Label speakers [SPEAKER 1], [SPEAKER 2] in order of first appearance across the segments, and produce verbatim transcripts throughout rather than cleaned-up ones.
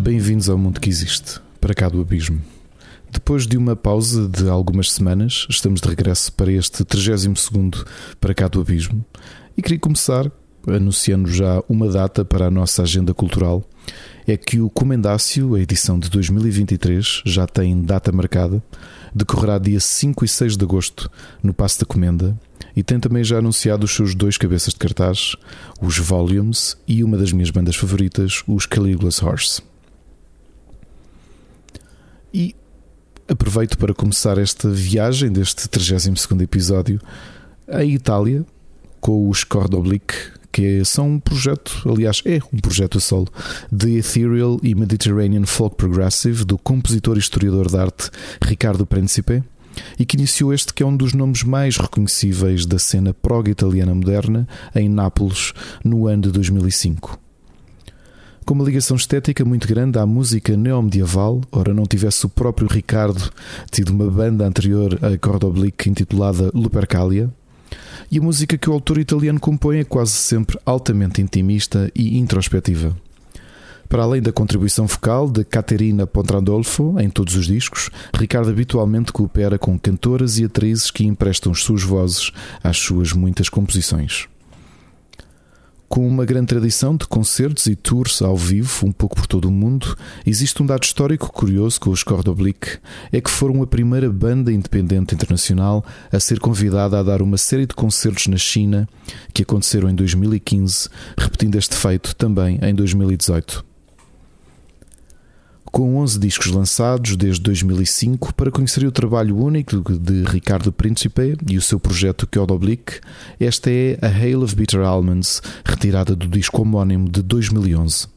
[SPEAKER 1] Bem-vindos ao mundo que existe, para cá do abismo. Depois de uma pausa de algumas semanas, estamos de regresso para este trigésimo segundo para cá do abismo e queria começar anunciando já uma data para a nossa agenda cultural. É que o Comendácio, a edição de dois mil e vinte e três, já tem data marcada, decorrerá dia cinco e seis de agosto no Paço da Comenda e tem também já anunciado os seus dois cabeças de cartaz, os Volumes e uma das minhas bandas favoritas, os Caligula's Horse. E aproveito para começar esta viagem deste trigésimo segundo episódio em Itália com os Corda Oblique, que são um projeto, aliás é um projeto a solo de Ethereal e Mediterranean Folk Progressive do compositor e historiador de arte Riccardo Principe, e que iniciou este que é um dos nomes mais reconhecíveis da cena prog italiana moderna em Nápoles no ano de dois mil e cinco. Com uma ligação estética muito grande à música neomedieval, ora não tivesse o próprio Riccardo tido uma banda anterior a Corda Oblique intitulada Lupercalia, e a música que o autor italiano compõe é quase sempre altamente intimista e introspectiva. Para além da contribuição vocal de Caterina Pontrandolfo em todos os discos, Riccardo habitualmente coopera com cantoras e atrizes que emprestam as suas vozes às suas muitas composições. Com uma grande tradição de concertos e tours ao vivo, um pouco por todo o mundo, existe um dado histórico curioso com os Corda Oblique, é que foram a primeira banda independente internacional a ser convidada a dar uma série de concertos na China, que aconteceram em dois mil e quinze, repetindo este feito também em dois mil e dezoito. Com onze discos lançados desde dois mil e cinco, para conhecer o trabalho único de Riccardo Principe e o seu projeto Corda Oblique, esta é A Hail of Bitter Almonds, retirada do disco homónimo de dois mil e onze.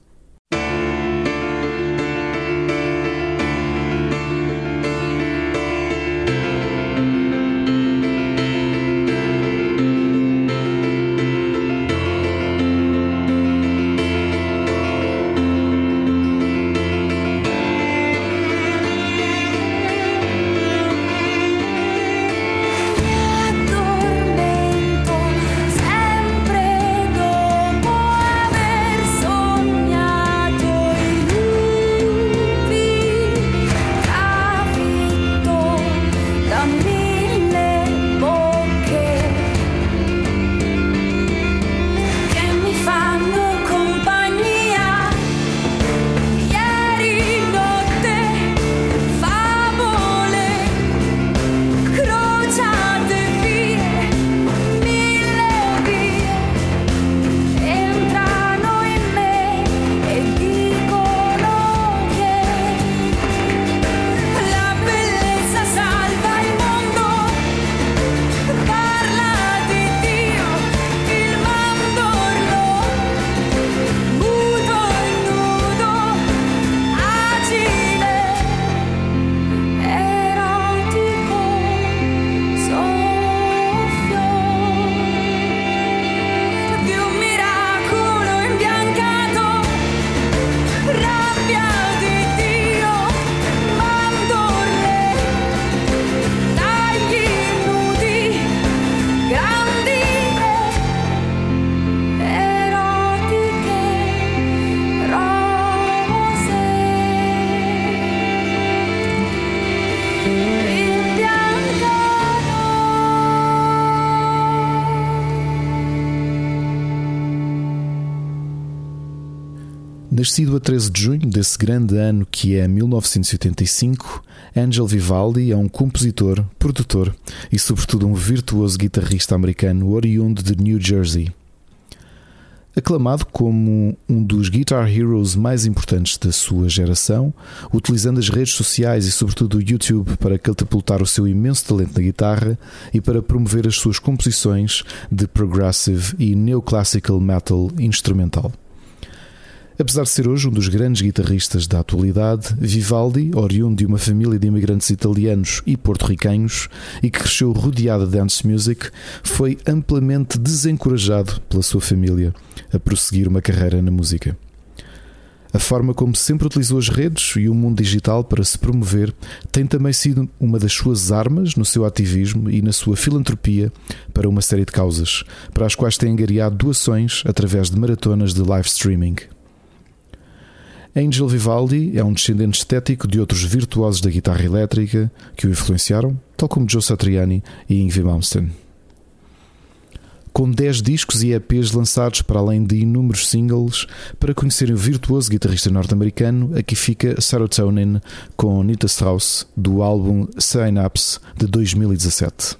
[SPEAKER 1] Nascido a treze de junho desse grande ano que é mil novecentos e oitenta e cinco, Angel Vivaldi é um compositor, produtor e sobretudo um virtuoso guitarrista americano oriundo de New Jersey. Aclamado como um dos guitar heroes mais importantes da sua geração, utilizando as redes sociais e sobretudo o YouTube para catapultar o seu imenso talento na guitarra e para promover as suas composições de progressive e neoclassical metal instrumental. Apesar de ser hoje um dos grandes guitarristas da atualidade, Vivaldi, oriundo de uma família de imigrantes italianos e porto-ricanhos e que cresceu rodeada de dance music, foi amplamente desencorajado pela sua família a prosseguir uma carreira na música. A forma como sempre utilizou as redes e o mundo digital para se promover tem também sido uma das suas armas no seu ativismo e na sua filantropia para uma série de causas, para as quais tem angariado doações através de maratonas de live streaming. Angel Vivaldi é um descendente estético de outros virtuosos da guitarra elétrica que o influenciaram, tal como Joe Satriani e Yngwie Malmsteen. Com dez discos e E Pês lançados para além de inúmeros singles, para conhecerem o virtuoso guitarrista norte-americano, aqui fica Serotonin com Nita Strauss, do álbum Synapse de dois mil e dezassete.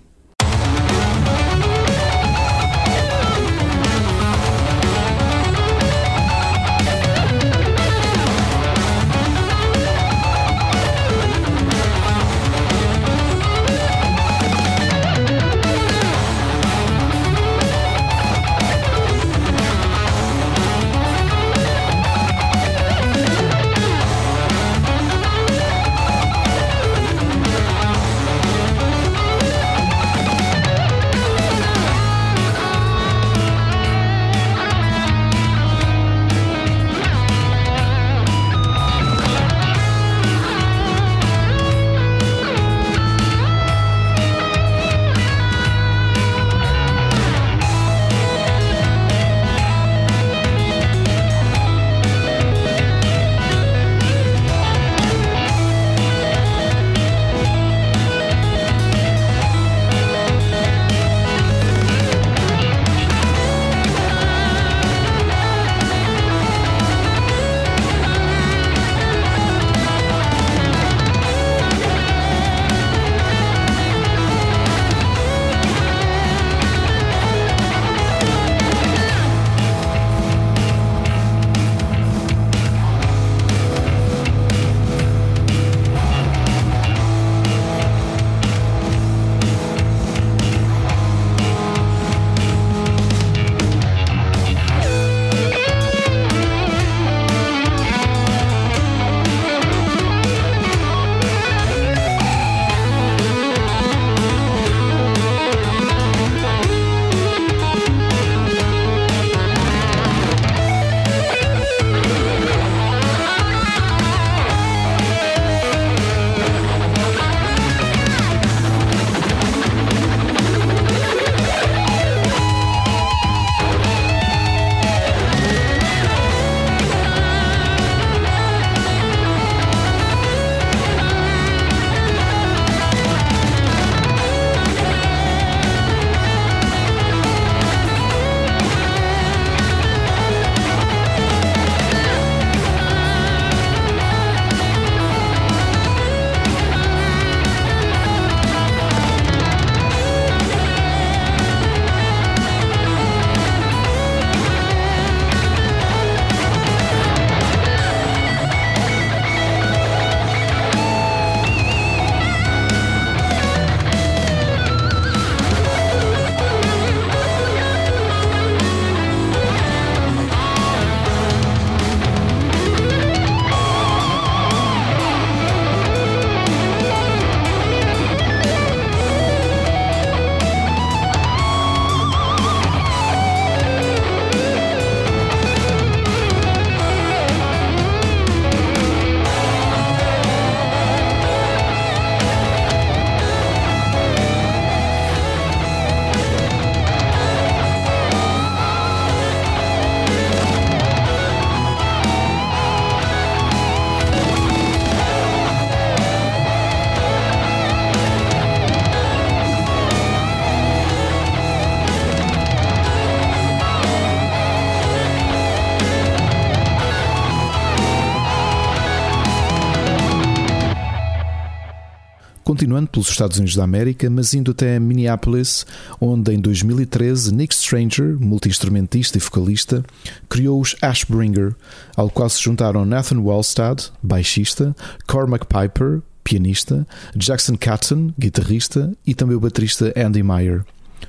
[SPEAKER 1] Continuando pelos Estados Unidos da América, mas indo até Minneapolis, onde em dois mil e treze Nick Stranger, multi-instrumentista e vocalista, criou os Ashbringer, ao qual se juntaram Nathan Wallstad, baixista, Cormac Piper, pianista, Jackson Catton, guitarrista, e também o baterista Andy Meyer.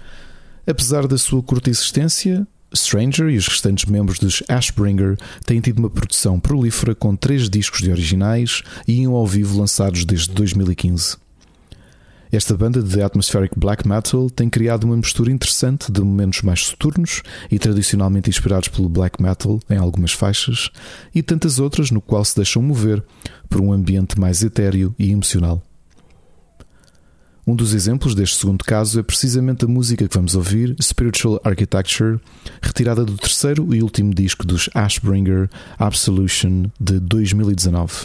[SPEAKER 1] Apesar da sua curta existência, Stranger e os restantes membros dos Ashbringer têm tido uma produção prolífera com três discos de originais e um ao vivo lançados desde dois mil e quinze. Esta banda de atmospheric black metal tem criado uma mistura interessante de momentos mais soturnos e tradicionalmente inspirados pelo black metal em algumas faixas e tantas outras no qual se deixam mover por um ambiente mais etéreo e emocional. Um dos exemplos deste segundo caso é precisamente a música que vamos ouvir, Spiritual Architecture, retirada do terceiro e último disco dos Ashbringer, Absolution, de dois mil e dezanove.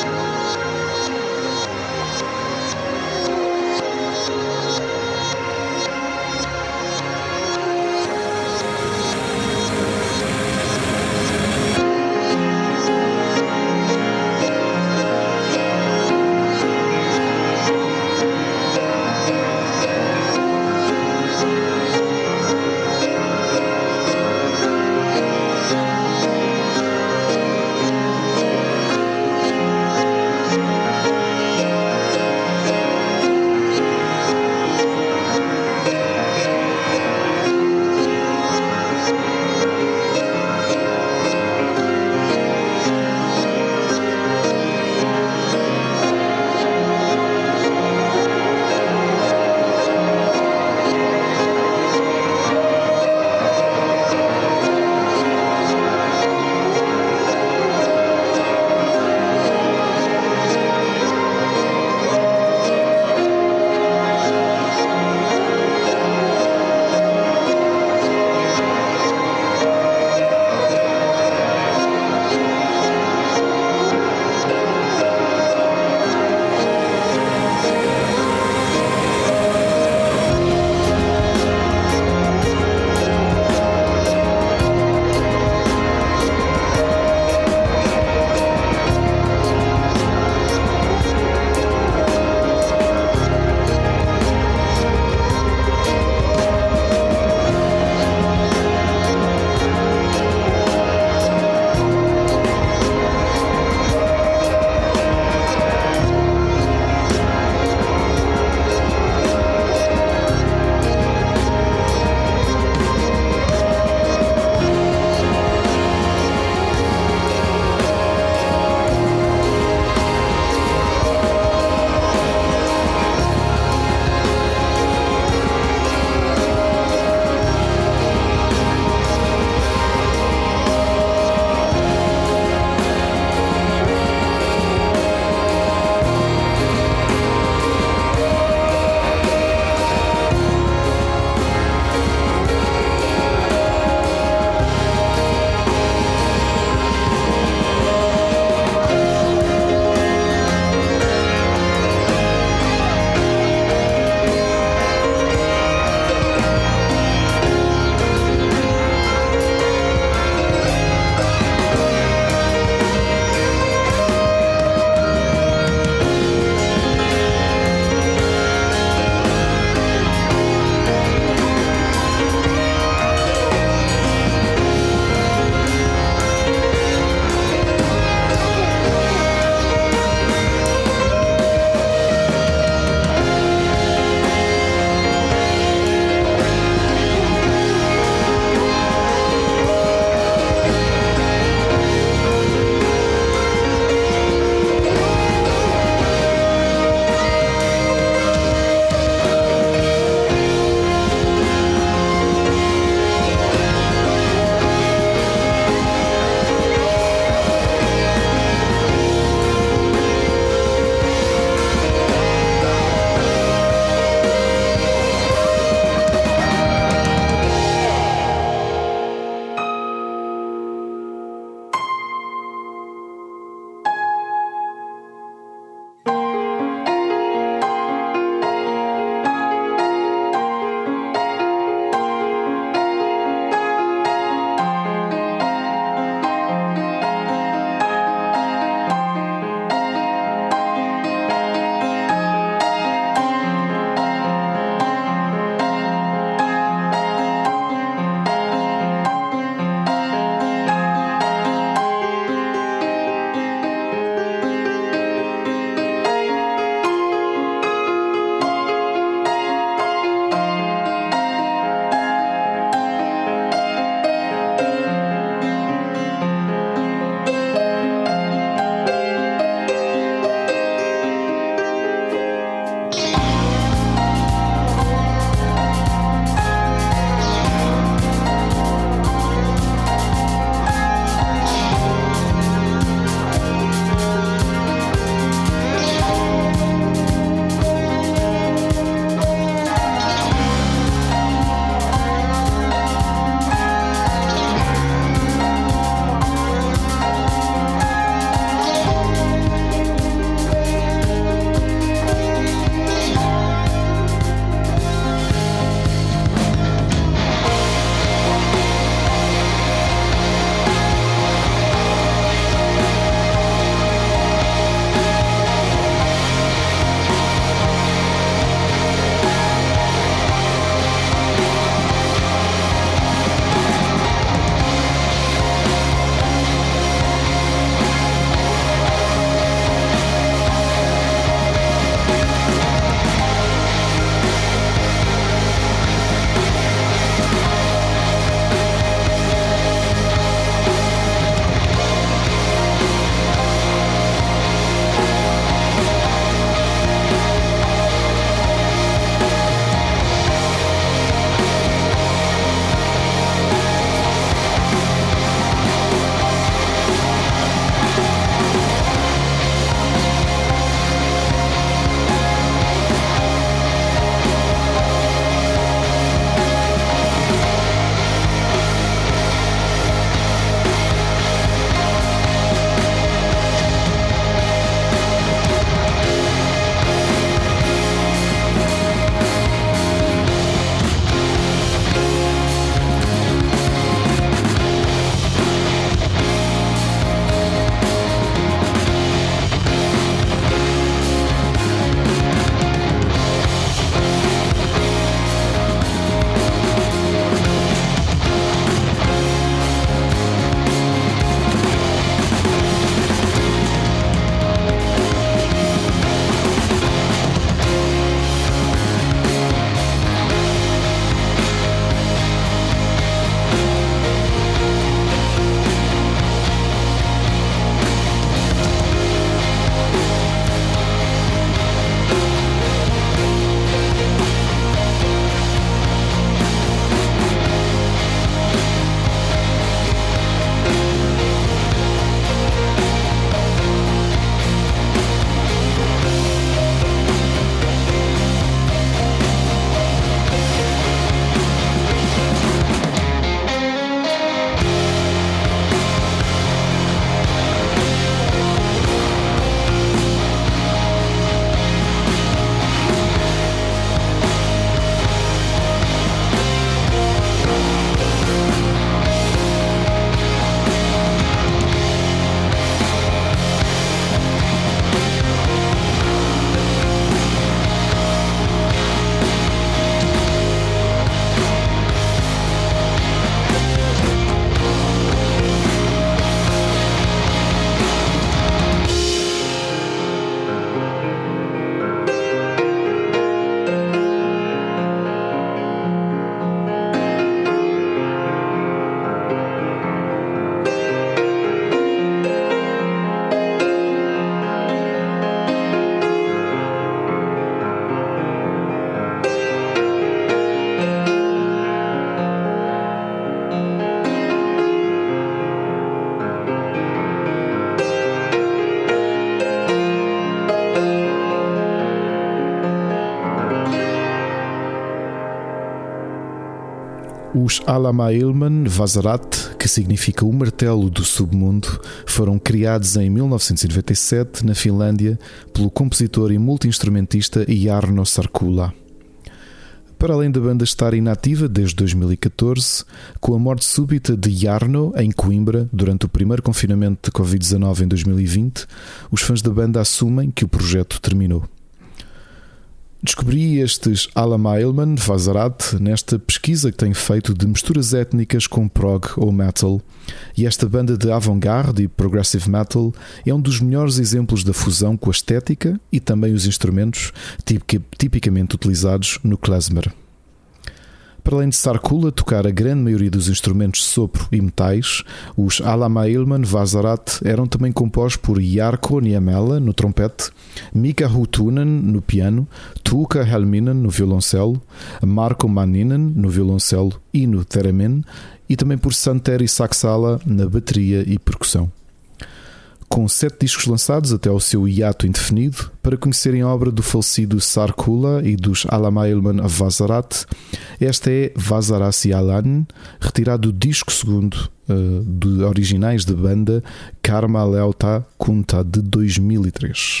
[SPEAKER 1] Os Alamailman Vasarat, que significa o martelo do submundo, foram criados em mil novecentos e noventa e sete na Finlândia pelo compositor e multi-instrumentista Jarno Sarkula. Para além da banda estar inativa desde dois mil e catorze, com a morte súbita de Jarno em Coimbra durante o primeiro confinamento de covid dezanove em dois mil e vinte, os fãs da banda assumem que o projeto terminou. Descobri estes Alamailman Vasarat nesta pesquisa que tenho feito de misturas étnicas com prog ou metal, e esta banda de avant-garde e progressive metal é um dos melhores exemplos da fusão com a estética e também os instrumentos tipicamente utilizados no klezmer. Para além de Sarkula tocar a grande maioria dos instrumentos de sopro e metais, os Alamailman Vasarat eram também compostos por Jarkko Niemela no trompete, Mika Huttunen no piano, Tuukka Helminen no violoncelo, Marko Manninen no violoncelo e no theremin, e também por Santeri Saksala na bateria e percussão. Com sete discos lançados até ao seu hiato indefinido, para conhecerem a obra do falecido Sarkula e dos Alamailman Vasarat, esta é Vasarasi Alan, retirado do disco segundo uh, de originais da banda Karma Leuta Kunta de dois mil e três.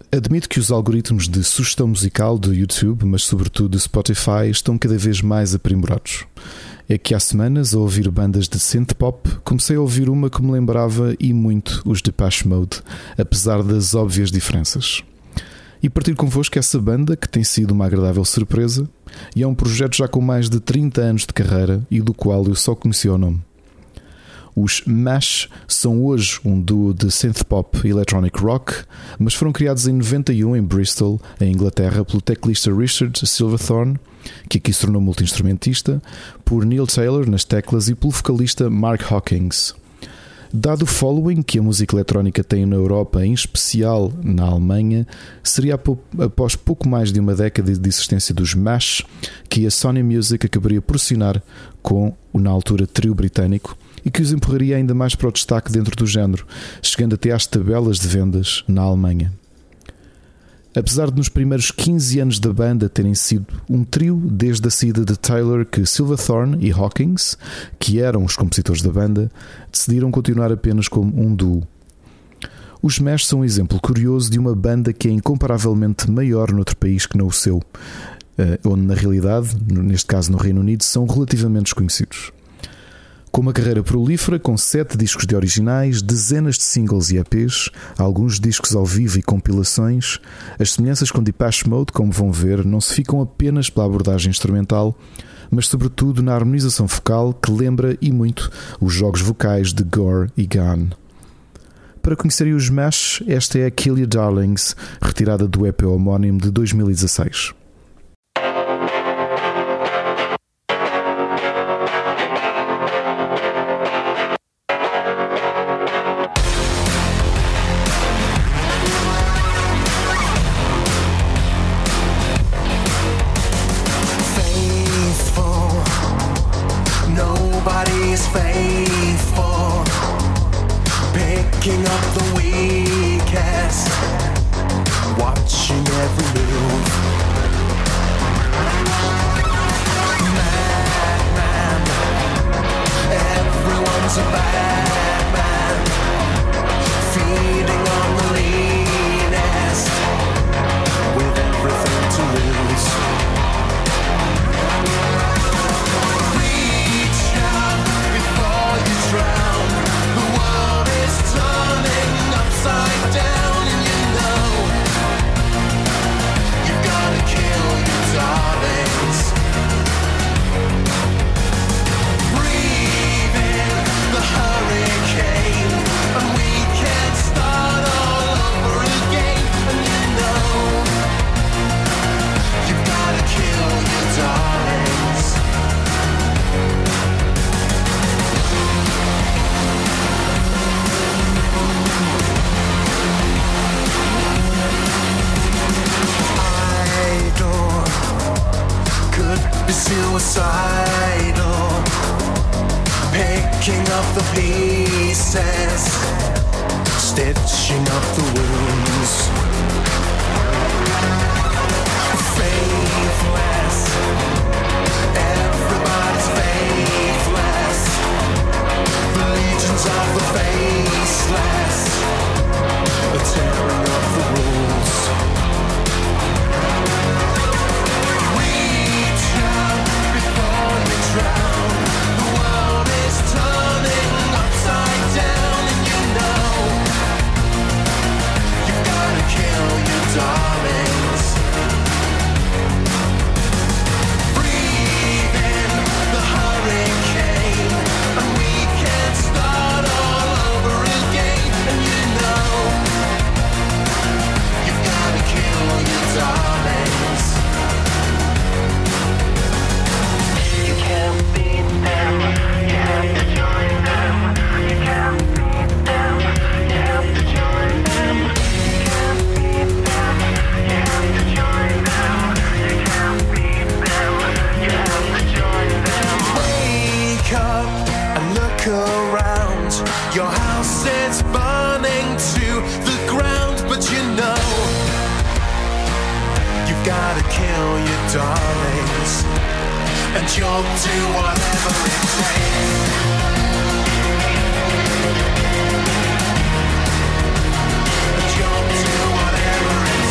[SPEAKER 1] Admito que os algoritmos de sugestão musical do YouTube, mas sobretudo do Spotify, estão cada vez mais aprimorados. É que há semanas, a ouvir bandas de synth pop, comecei a ouvir uma que me lembrava e muito os Depeche Mode, apesar das óbvias diferenças. E partilho convosco essa banda, que tem sido uma agradável surpresa, e é um projeto já com mais de trinta anos de carreira e do qual eu só conhecia o nome. Os Mash são hoje um duo de synth pop e electronic rock, mas foram criados em noventa e um em Bristol, em Inglaterra, pelo teclista Richard Silverthorne, que aqui se tornou multi-instrumentista, por Neil Taylor nas teclas e pelo vocalista Mark Hawkins. Dado o following que a música eletrónica tem na Europa, em especial na Alemanha, seria após pouco mais de uma década de existência dos Mash que a Sony Music acabaria por assinar com o na altura trio britânico e que os empurraria ainda mais para o destaque dentro do género, chegando até às tabelas de vendas na Alemanha. Apesar de nos primeiros quinze anos da banda terem sido um trio desde a saída de Taylor, que Silverthorne e Hawkins, que eram os compositores da banda, decidiram continuar apenas como um duo. Os Mash são um exemplo curioso de uma banda que é incomparavelmente maior noutro país que não o seu, onde na realidade, neste caso no Reino Unido, são relativamente desconhecidos. Com uma carreira prolífera, com sete discos de originais, dezenas de singles e E Ps, alguns discos ao vivo e compilações, as semelhanças com Depeche Mode, como vão ver, não se ficam apenas pela abordagem instrumental, mas sobretudo na harmonização vocal que lembra e muito os jogos vocais de Gore e Gunn. Para conhecerem os Mash, esta é a Kill You Darlings, retirada do E P homónimo de dois mil e dezasseis.
[SPEAKER 2] Whatever it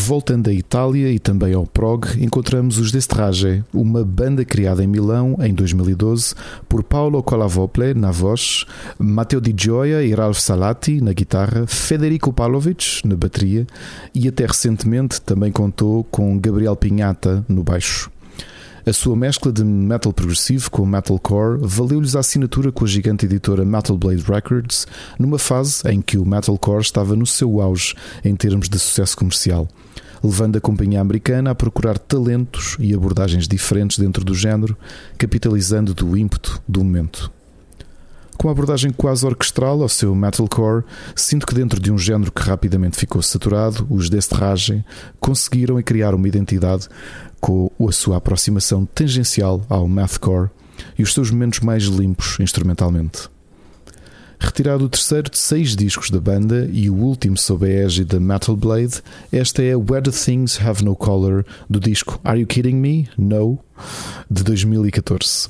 [SPEAKER 1] Voltando à Itália e também ao prog, encontramos os Destrage, uma banda criada em Milão em dois mil e doze por Paolo Colavople na voz, Matteo Di Gioia e Ralph Salati na guitarra, Federico Pavlovich na bateria e até recentemente também contou com Gabriel Pinhata no baixo. A sua mescla de metal progressivo com metalcore valeu-lhes a assinatura com a gigante editora Metal Blade Records numa fase em que o metalcore estava no seu auge em termos de sucesso comercial, levando a companhia americana a procurar talentos e abordagens diferentes dentro do género, capitalizando do ímpeto do momento. Com a abordagem quase orquestral ao seu metalcore, sinto que dentro de um género que rapidamente ficou saturado, os Destrage conseguiram criar uma identidade com a sua aproximação tangencial ao mathcore e os seus momentos mais limpos instrumentalmente. Retirado o terceiro de seis discos da banda e o último sob a égide da Metal Blade, esta é Where the Things Have No Color do disco Are You Kidding Me? No, de dois mil e catorze.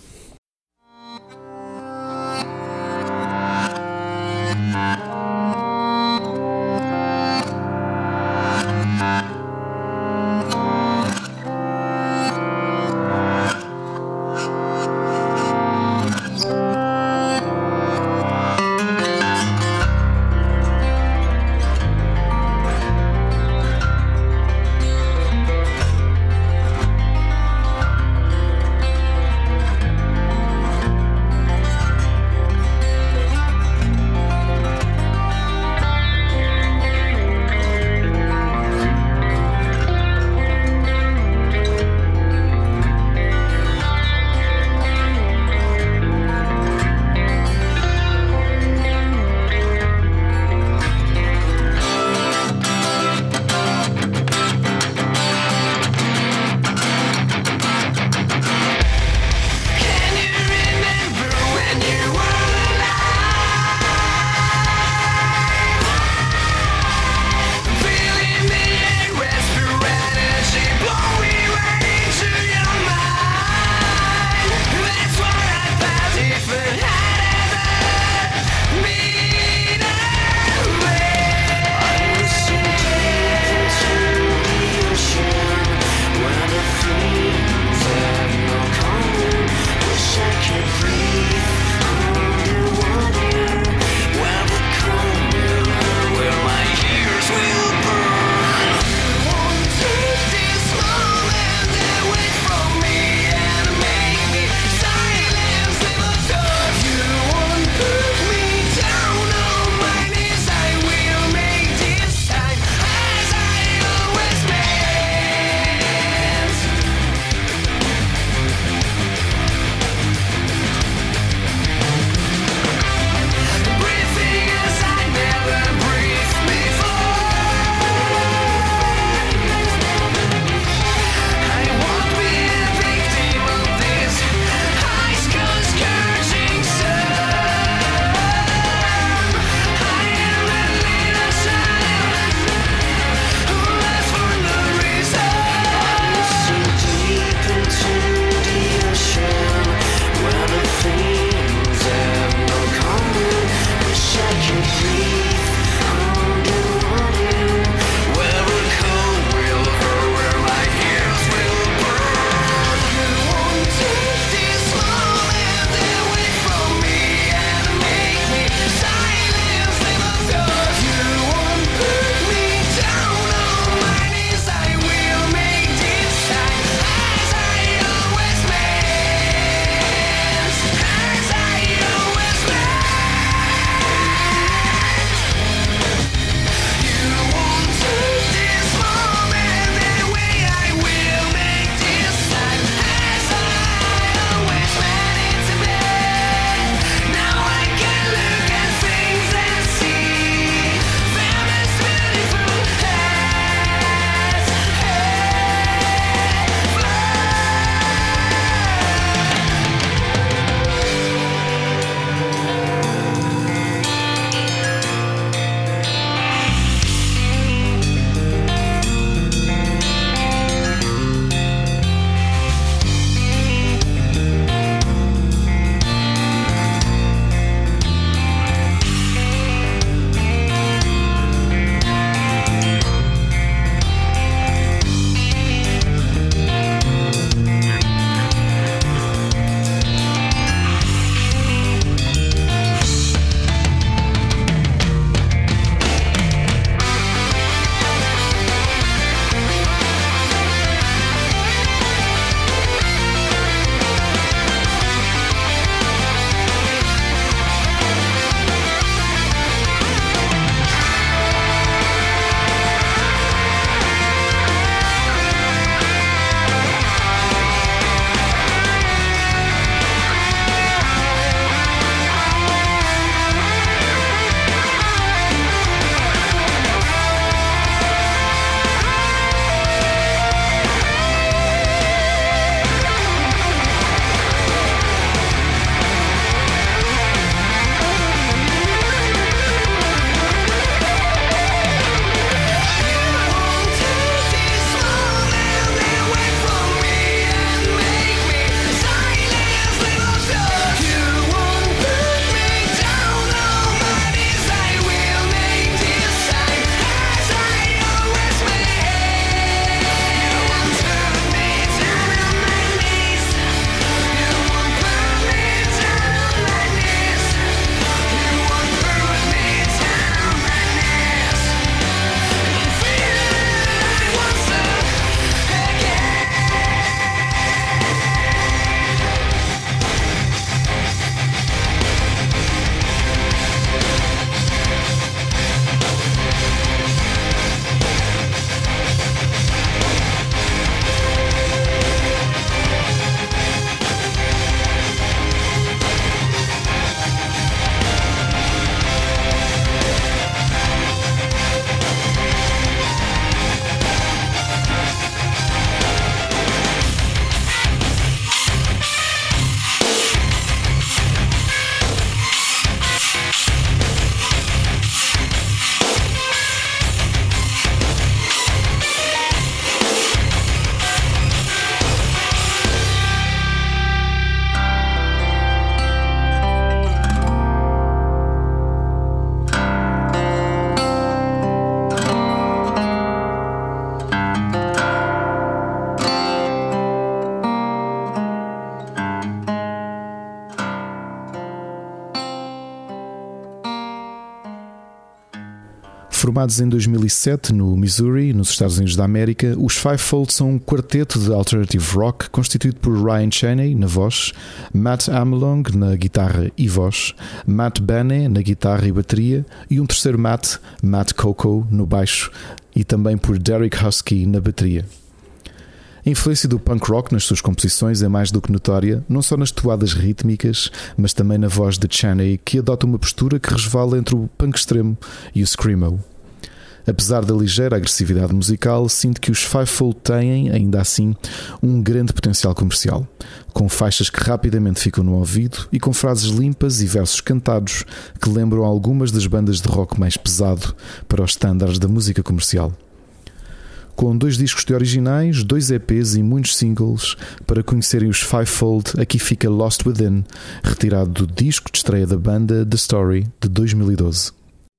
[SPEAKER 1] Formados em dois mil e sete no Missouri, nos Estados Unidos da América, os Fivefold são um quarteto de alternative rock constituído por Ryan Cheney na voz, Matt Amelong na guitarra e voz, Matt Banney na guitarra e bateria e um terceiro Matt, Matt Coco, no baixo e também por Derek Husky na bateria. A influência do punk rock nas suas composições é mais do que notória, não só nas toadas rítmicas, mas também na voz de Cheney, que adota uma postura que resvala entre o punk extremo e o screamo. Apesar da ligeira agressividade musical, sinto que os Fivefold têm, ainda assim, um grande potencial comercial, com faixas que rapidamente ficam no ouvido e com frases limpas e versos cantados que lembram algumas das bandas de rock mais pesado para os estándares da música comercial. Com dois discos de originais, dois E Ps e muitos singles, para conhecerem os Fivefold, aqui fica Lost Within, retirado do disco de estreia da banda The Story, de dois mil e doze.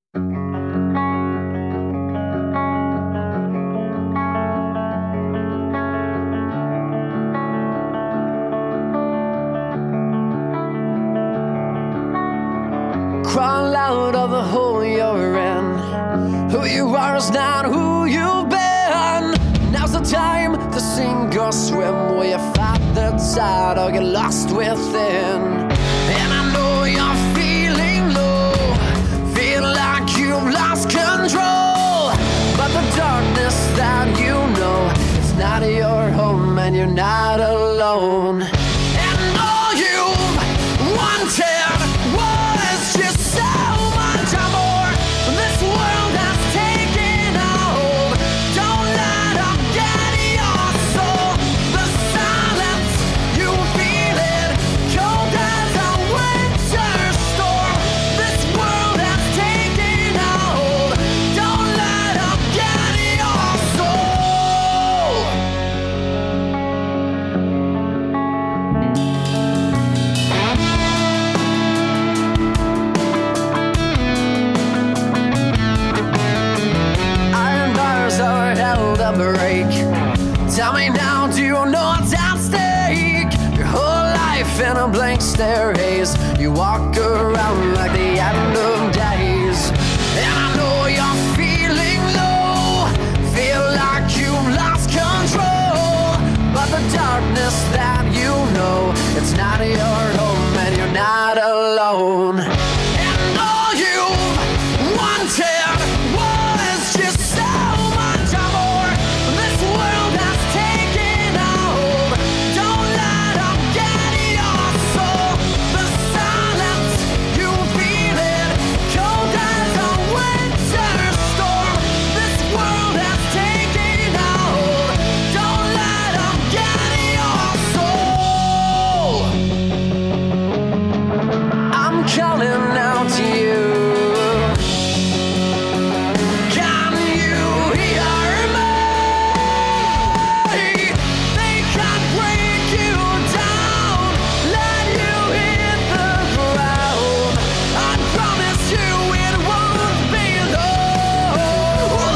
[SPEAKER 2] Crawl out of the hole you're in. Who you are is not who you've been. Now's the time to sink or swim. Will you fight the tide or get lost within? And I know you're feeling low, feel like you've lost control. But the darkness that you know, it's not your home and you're not alone. And all you've wanted was just so much more. This world has taken a hold. Don't let them get your soul. The silence, you feel it, cold as a winter storm. This world has taken a hold. Don't let them get your soul. Iron bars are held up break. Tell me now, do you know what's at stake? Your whole life in a blank stare haze. You walk around like the end of days. And I know you're feeling low, feel like you've lost control. But the darkness that you know, it's not your home and you're not alone. And all you've wanted was just so much more. This world has taken a hold. Don't let them get your soul. The silence, you feel it, cold as a winter storm. This world has taken a hold. Don't let them get your soul. I'm calling out to you. Can you hear me? They can't break you down, let you hit the ground. I promise you it won't be long.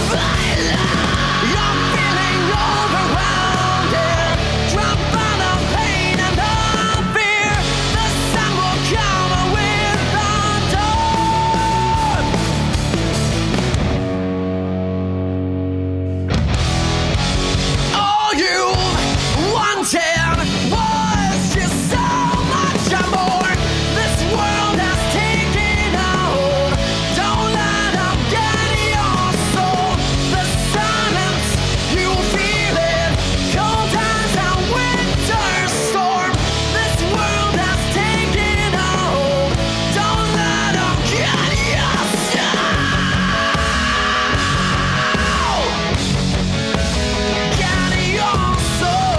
[SPEAKER 2] You're feeling overwhelmed, drunk out of pain and of fear. The sun will come with the dawn. All you wanted was just so much more. This world has taken a hold. Don't let them get your soul. The silence, you feel it, cold as a winter storm. This world has taken a hold. Don't let them get your soul. Get your soul.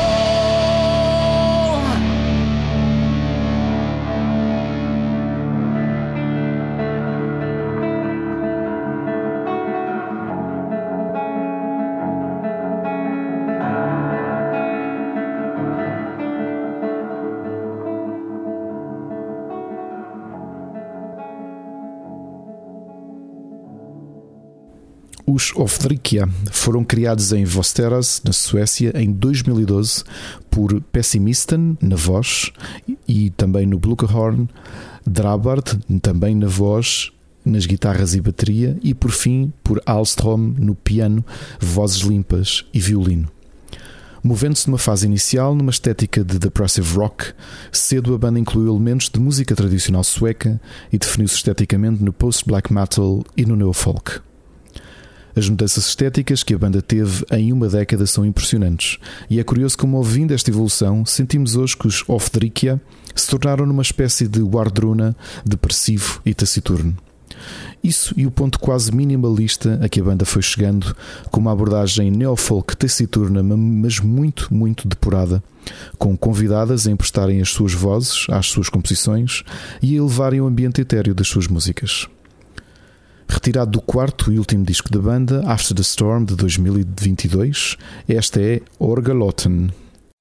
[SPEAKER 1] Os Ovdrikia foram criados em Västerås, na Suécia, em dois mil e doze por Pessimisten na voz e também no Blukhorn, Drabart também na voz, nas guitarras e bateria e por fim por Ahlström no piano, vozes limpas e violino. Movendo-se numa fase inicial numa estética de depressive rock, cedo a banda incluiu elementos de música tradicional sueca e definiu-se esteticamente no post-black metal e no neofolk. As mudanças estéticas que a banda teve em uma década são impressionantes, e é curioso como, ouvindo esta evolução, sentimos hoje que os Ofdrikia se tornaram numa espécie de Wardruna depressivo e taciturno. Isso e o ponto quase minimalista a que a banda foi chegando, com uma abordagem neofolk taciturna, mas muito, muito depurada, com convidadas a emprestarem as suas vozes às suas composições e a elevarem o ambiente etéreo das suas músicas. Retirado do quarto e último disco da banda, After the Storm, de dois mil e vinte e dois, esta é Orgalotten.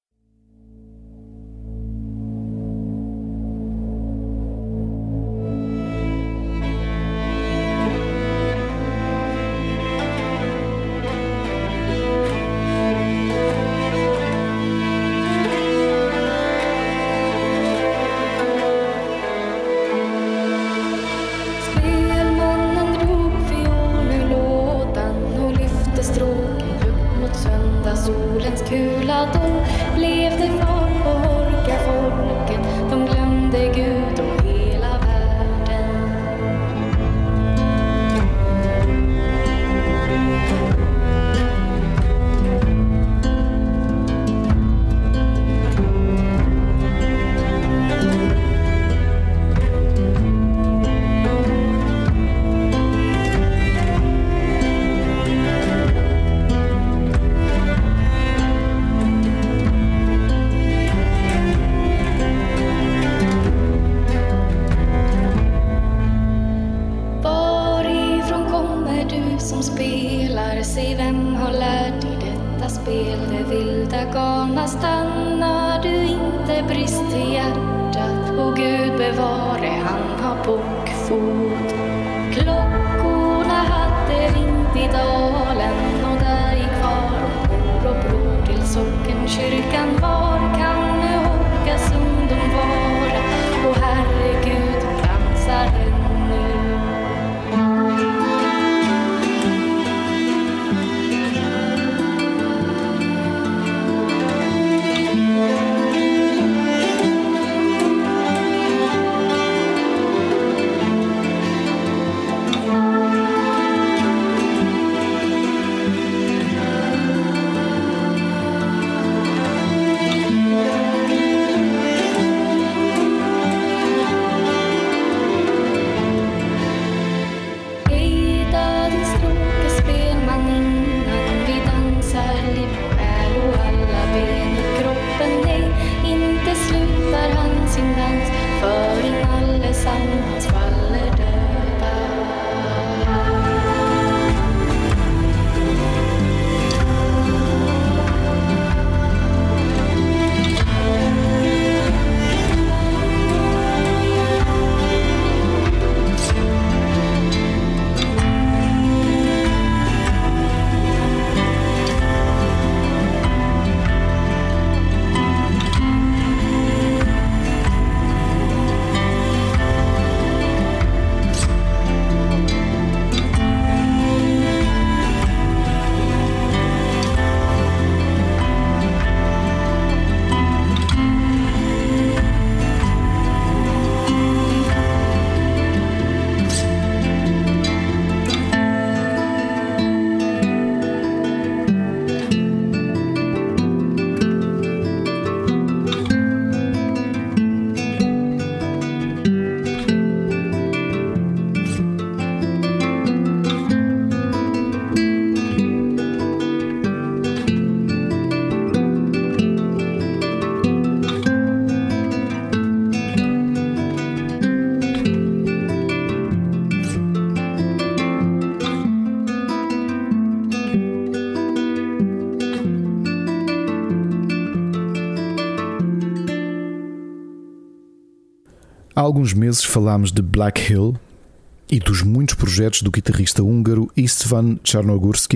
[SPEAKER 1] Há alguns meses falámos de Black Hill e dos muitos projetos do guitarrista húngaro Istvan Czarnogórski,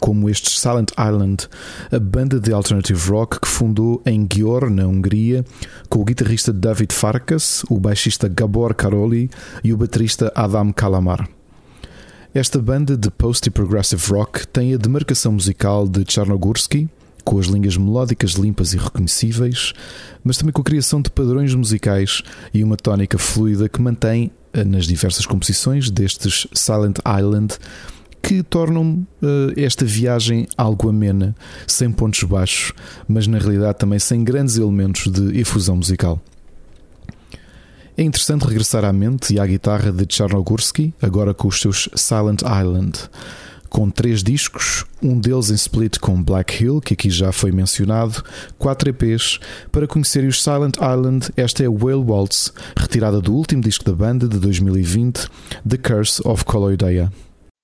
[SPEAKER 1] como estes Silent Island, a banda de alternative rock que fundou em Győr, na Hungria, com o guitarrista David Farkas, o baixista Gabor Karoli e o baterista Adam Kalamar. Esta banda de post e progressive rock tem a demarcação musical de Chernogórsky, com as linhas melódicas limpas e reconhecíveis, mas também com a criação de padrões musicais e uma tónica fluida que mantém nas diversas composições destes Silent Island, que tornam uh, esta viagem algo amena, sem pontos baixos, mas na realidade também sem grandes elementos de efusão musical. É interessante regressar à mente e à guitarra de Chernogórsky, agora com os seus Silent Island, com três discos, um deles em split com Black Hill, que aqui já foi mencionado, quatro E Pês. Para conhecerem os Silent Island, esta é Whale Waltz, retirada do último disco da banda de dois mil e vinte, The Curse of Koloidea.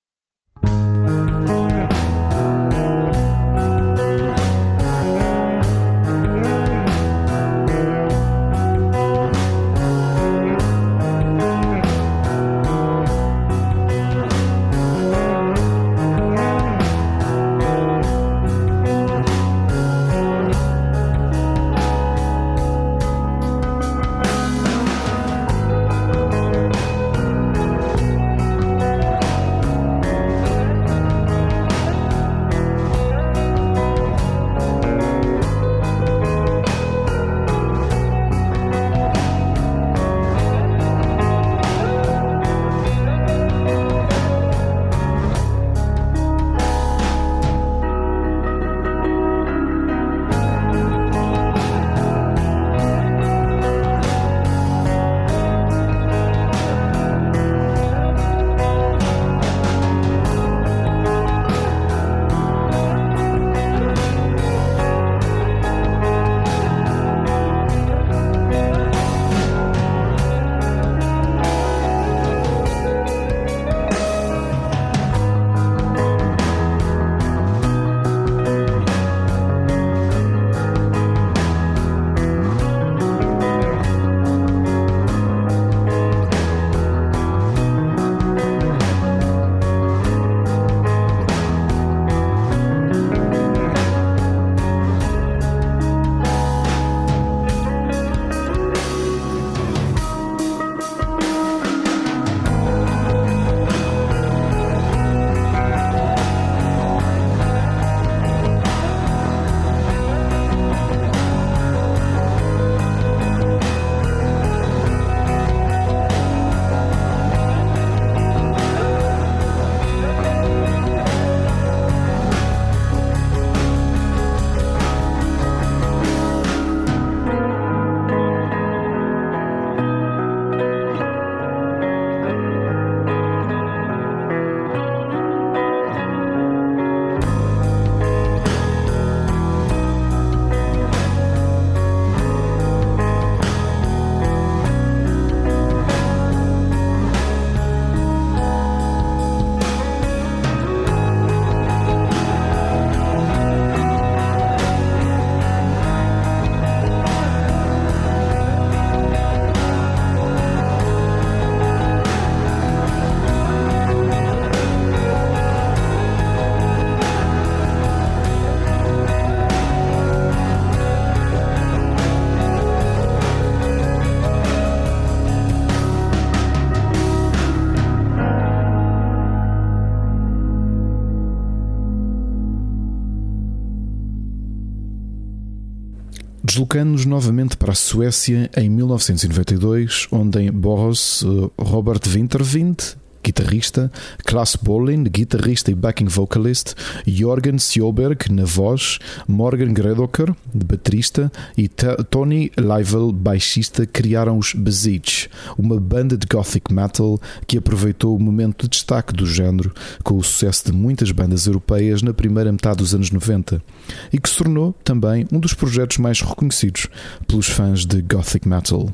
[SPEAKER 1] Deslocando-nos novamente para a Suécia em mil novecentos e noventa e dois, onde em Borås, Robert Wintervind, guitarrista, Klas Bolin, guitarrista e backing vocalist, Jörgen Sjöberg na voz, Morgan Gredoker, baterista, e Tony Leivel, baixista, criaram os Besiege, uma banda de gothic metal que aproveitou o momento de destaque do género com o sucesso de muitas bandas europeias na primeira metade dos anos noventa e que se tornou também um dos projetos mais reconhecidos pelos fãs de gothic metal.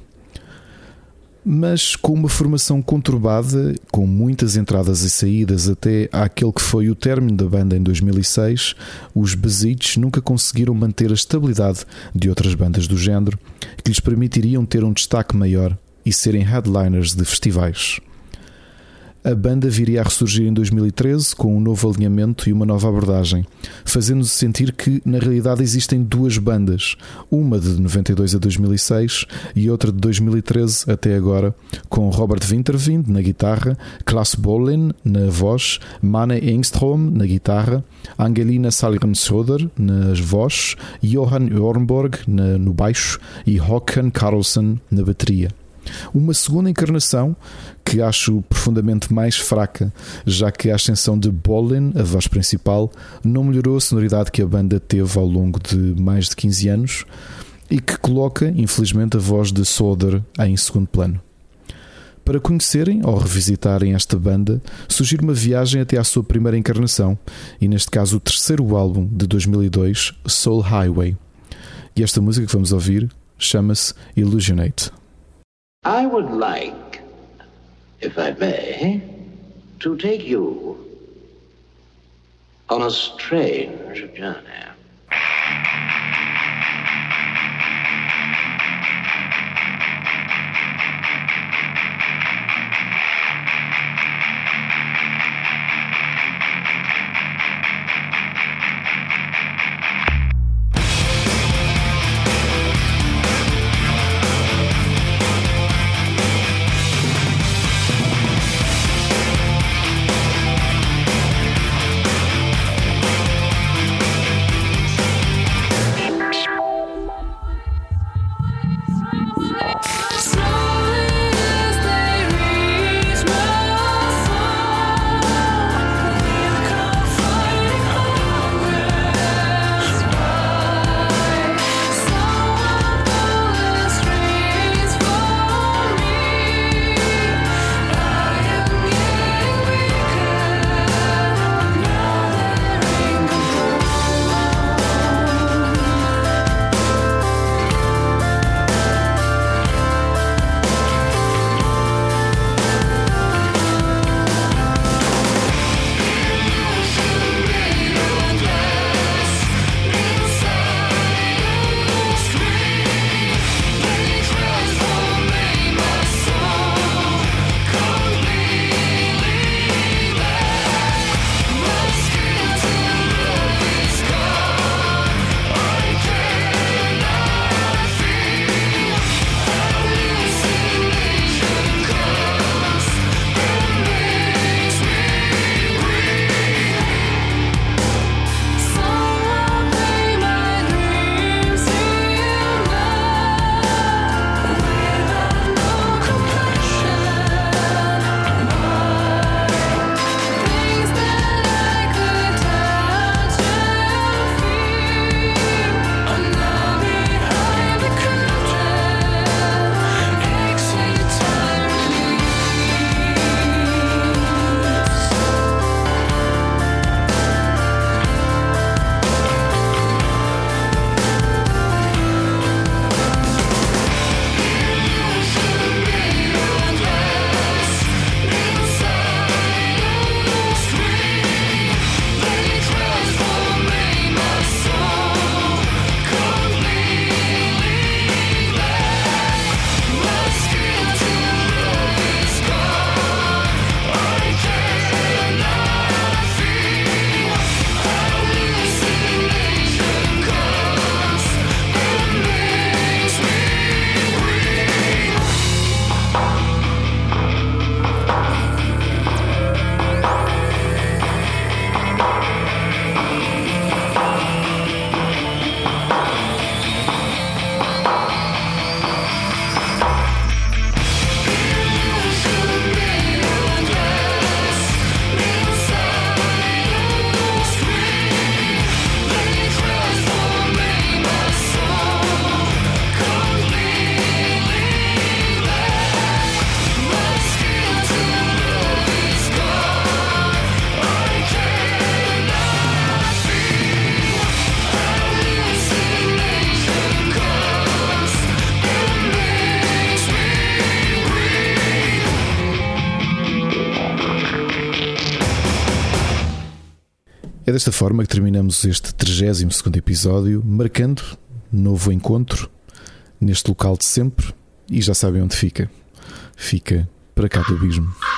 [SPEAKER 1] Mas com uma formação conturbada, com muitas entradas e saídas até àquele que foi o término da banda em dois mil e seis, os Besiege nunca conseguiram manter a estabilidade de outras bandas do género que lhes permitiriam ter um destaque maior e serem headliners de festivais. a banda viria a ressurgir em dois mil e treze com um novo alinhamento e uma nova abordagem, fazendo-nos sentir que na realidade existem duas bandas, uma de noventa e dois a dois mil e seis e outra de dois mil e treze até agora, com Robert Winterwind na guitarra, Klaus Bolin na voz, Mane Engström na guitarra, Angelina Salgren-Söder na voz, Johan Örnborg na, no baixo e Håkan Karlsson na bateria. Uma segunda encarnação que acho profundamente mais fraca, já que a ascensão de Bolin, a voz principal, não melhorou a sonoridade que a banda teve ao longo de mais de quinze anos e que coloca, infelizmente, a voz de Söder em segundo plano. Para conhecerem ou revisitarem esta banda, sugiro uma viagem até à sua primeira encarnação, e neste caso o terceiro álbum de dois mil e dois, Soul Highway. E esta música que vamos ouvir chama-se Illusionate.
[SPEAKER 3] I would like, if I may, to take you on a strange journey.
[SPEAKER 1] É desta forma que terminamos este trigésimo segundo episódio, marcando novo encontro neste local de sempre, e já sabem onde fica. Fica para cá do abismo.